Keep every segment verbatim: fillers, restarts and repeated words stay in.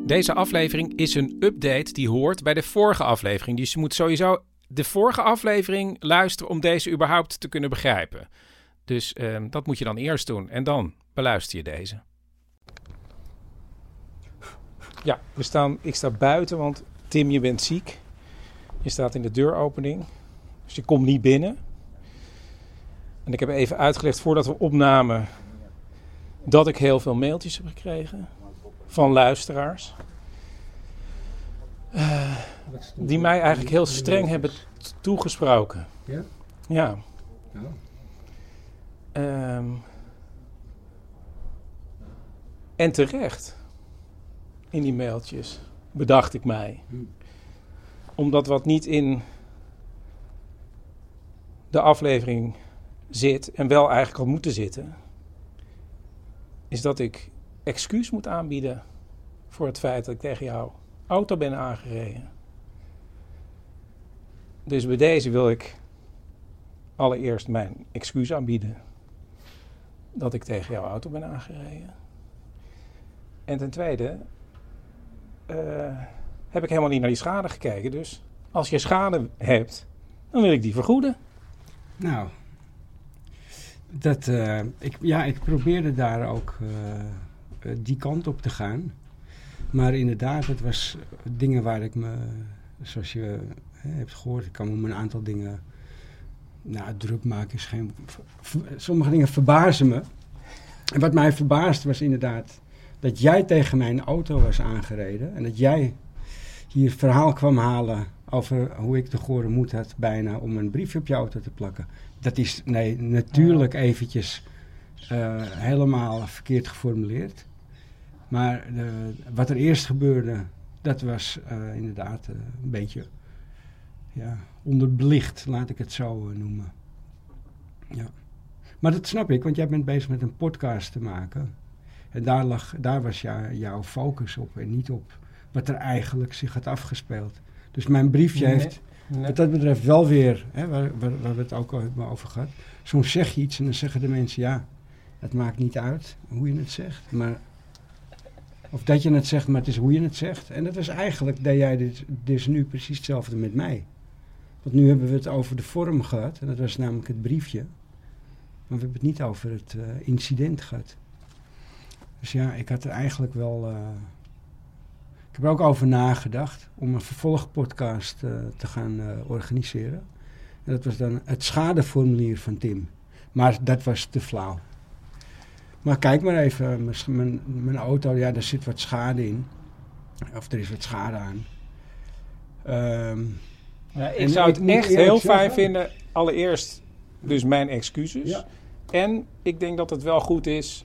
Deze aflevering is een update die hoort bij de vorige aflevering. Dus je moet sowieso de vorige aflevering luisteren om deze überhaupt te kunnen begrijpen. Dus uh, dat moet je dan eerst doen. En dan beluister je deze. Ja, we staan, ik sta buiten, want Tim, je bent ziek. Je staat in de deuropening. Dus je komt niet binnen. En ik heb even uitgelegd voordat we opnamen dat ik heel veel mailtjes heb gekregen van luisteraars. Uh, die mij eigenlijk heel streng hebben t- toegesproken. Ja? Ja. Ja. Um, en terecht in die mailtjes, bedacht ik mij. Hm. Omdat wat niet in de aflevering zit en wel eigenlijk had moeten zitten, is dat ik excuus moet aanbieden voor het feit dat ik tegen jouw auto ben aangereden. Dus bij deze wil ik allereerst mijn excuus aanbieden dat ik tegen jouw auto ben aangereden. En ten tweede uh, heb ik helemaal niet naar die schade gekeken. Dus als je schade hebt, dan wil ik die vergoeden. Nou, dat, uh, ik, ja, ik probeerde daar ook uh, die kant op te gaan. Maar inderdaad, het was dingen waar ik me, zoals je hè, hebt gehoord, ik kan me om een aantal dingen, nou, druk maken is geen, v- sommige dingen verbazen me. En wat mij verbaasde was inderdaad dat jij tegen mijn auto was aangereden en dat jij hier verhaal kwam halen over hoe ik de gore moed had bijna om een briefje op je auto te plakken. Dat is nee, natuurlijk eventjes uh, helemaal verkeerd geformuleerd. Maar de, wat er eerst gebeurde, dat was uh, inderdaad uh, een beetje ja, onderbelicht, laat ik het zo uh, noemen. Ja. Maar dat snap ik, want jij bent bezig met een podcast te maken. En daar, lag, daar was jou, jouw focus op en niet op wat er eigenlijk zich had afgespeeld. Dus mijn briefje Nee, heeft nee. wat dat betreft wel weer, hè, waar, waar, waar we het ook al hebben over gehad. Soms zeg je iets en dan zeggen de mensen, ja, het maakt niet uit hoe je het zegt. Maar, of dat je het zegt, maar het is hoe je het zegt. En dat is eigenlijk, dat jij dit, dus nu precies hetzelfde met mij. Want nu hebben we het over de vorm gehad, en dat was namelijk het briefje. Maar we hebben het niet over het uh, incident gehad. Dus ja, ik had er eigenlijk wel... Uh, ik heb er ook over nagedacht om een vervolgpodcast uh, te gaan uh, organiseren. En dat was dan het schadeformulier van Tim. Maar dat was te flauw. Maar kijk maar even, mijn, mijn, mijn auto, ja, daar zit wat schade in. Of er is wat schade aan. Um, ja, ik zou het echt heel fijn vinden, allereerst dus mijn excuses. Ja. En ik denk dat het wel goed is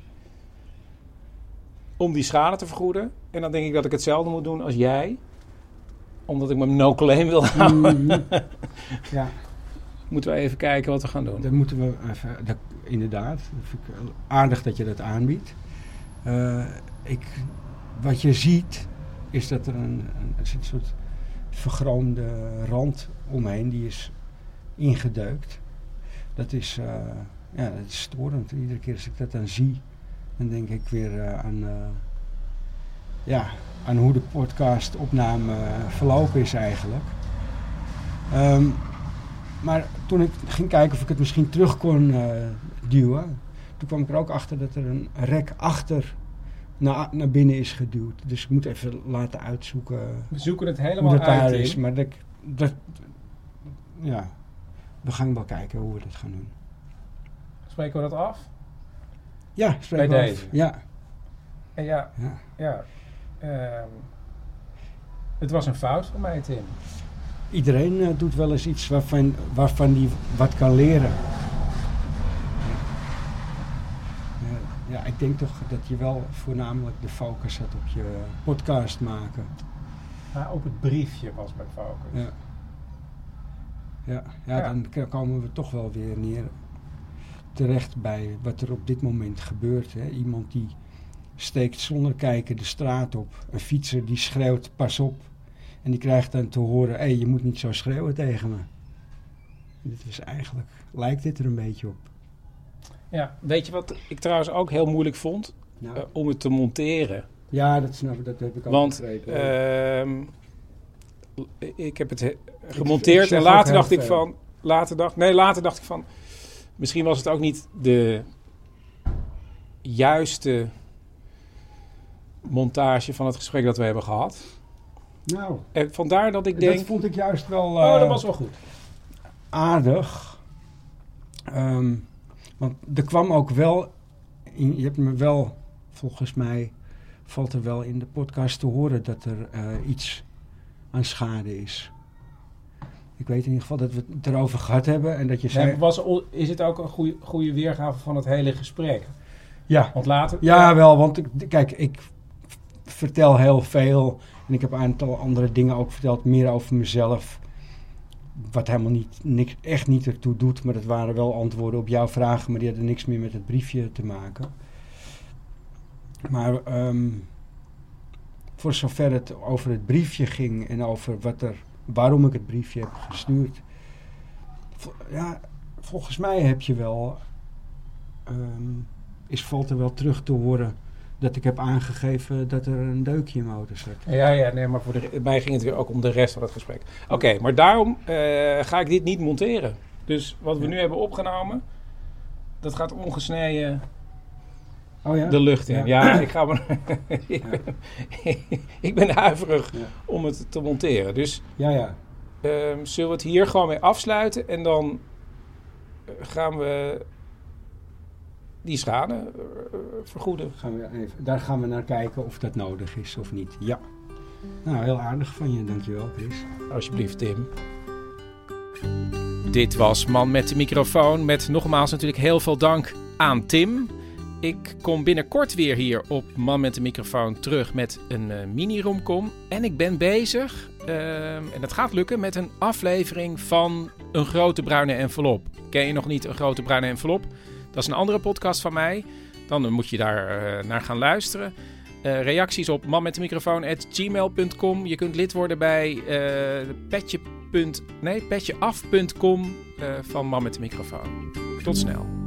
om die schade te vergoeden. En dan denk ik dat ik hetzelfde moet doen als jij. Omdat ik mijn no-claim wil houden. Mm, ja. Moeten we even kijken wat we gaan doen. Dan moeten we even, dat, inderdaad, dat vind ik aardig dat je dat aanbiedt. Uh, ik, wat je ziet, is dat er een, een, een soort vergroomde rand omheen, die is ingedeukt. Dat is, uh, ja, dat is storend. Iedere keer als ik dat dan zie, dan denk ik weer uh, aan, uh, ja, aan hoe de podcastopname uh, verlopen is eigenlijk. Um, maar toen ik ging kijken of ik het misschien terug kon uh, duwen, toen kwam ik er ook achter dat er een rek achter naar, naar binnen is geduwd. Dus ik moet even laten uitzoeken. We zoeken het helemaal hoe dat uit. daar is. Maar dat, dat, ja, we gaan wel kijken hoe we dat gaan doen. Spreken we dat af? Ja, spreken bij we deze. af. Ja. En ja, ja. ja. Um, het was een fout van mij, Tim. Iedereen uh, doet wel eens iets waarvan, waarvan die wat kan leren. Ja. Ja, ik denk toch dat je wel voornamelijk de focus had op je podcast maken. Maar op het briefje was mijn focus. Ja. Ja, ja, ja, dan komen we toch wel weer neer terecht bij wat er op dit moment gebeurt. Hè. Iemand die steekt zonder kijken de straat op. Een fietser die schreeuwt, pas op. En die krijgt dan te horen, hé, hey, je moet niet zo schreeuwen tegen me. Dit is eigenlijk, lijkt dit er een beetje op. Ja, weet je wat ik trouwens ook heel moeilijk vond? Nou. Uh, om het te monteren. Ja, dat snap ik, dat heb ik ook Want begrepen. uh, ik heb het he- gemonteerd ik, ik en later dacht heel ik veel. van... Later dacht, nee, later dacht ik van... Misschien was het ook niet de juiste montage van het gesprek dat we hebben gehad. Nou, En vandaar dat ik denk... dat vond ik juist wel uh, oh, dat was wel goed. aardig. Um, want er kwam ook wel... In, je hebt me wel, volgens mij... valt er wel in de podcast te horen dat er uh, iets aan schade is. Ik weet in ieder geval dat we het erover gehad hebben en dat je zei... Nee, was, is het ook een goede, goede weergave van het hele gesprek? Ja, Want later... ja wel, want ik, kijk, ik vertel heel veel en ik heb een aantal andere dingen ook verteld, meer over mezelf, wat helemaal niet, niks, echt niet ertoe doet, maar dat waren wel antwoorden op jouw vragen, maar die hadden niks meer met het briefje te maken. Maar um, voor zover het over het briefje ging en over wat er, waarom ik het briefje heb gestuurd, vo- ja, volgens mij heb je wel, um, is valt er wel terug te horen dat ik heb aangegeven dat er een deukje in mijn auto zat. Ja, ja, nee, maar voor de, mij ging het weer ook om de rest van het gesprek. Oké, okay, maar daarom uh, ga ik dit niet monteren. Dus wat we ja. nu hebben opgenomen, dat gaat ongesneden oh ja? de lucht in. Ja, ja ik ga me, ik, ben, ik ben huiverig ja. om het te monteren. Dus ja, ja. Um, zullen we het hier gewoon mee afsluiten en dan gaan we die schade uh, vergoeden. Gaan we even, daar gaan we naar kijken of dat nodig is of niet. Ja. Nou, heel aardig van je. Dankjewel, Chris. Alsjeblieft, Tim. Dit was Man met de microfoon. Met nogmaals natuurlijk heel veel dank aan Tim. Ik kom binnenkort weer hier op Man met de microfoon terug met een uh, mini-romcom. En ik ben bezig, uh, en dat gaat lukken, met een aflevering van Een Grote Bruine Envelop. Ken je nog niet Een Grote Bruine Envelop? Dat is een andere podcast van mij. Dan moet je daar uh, naar gaan luisteren. Uh, reacties op man met de microfoon at gmail punt com. Je kunt lid worden bij uh, petje. Nee, petjeaf punt com uh, van Man met de microfoon. Tot snel.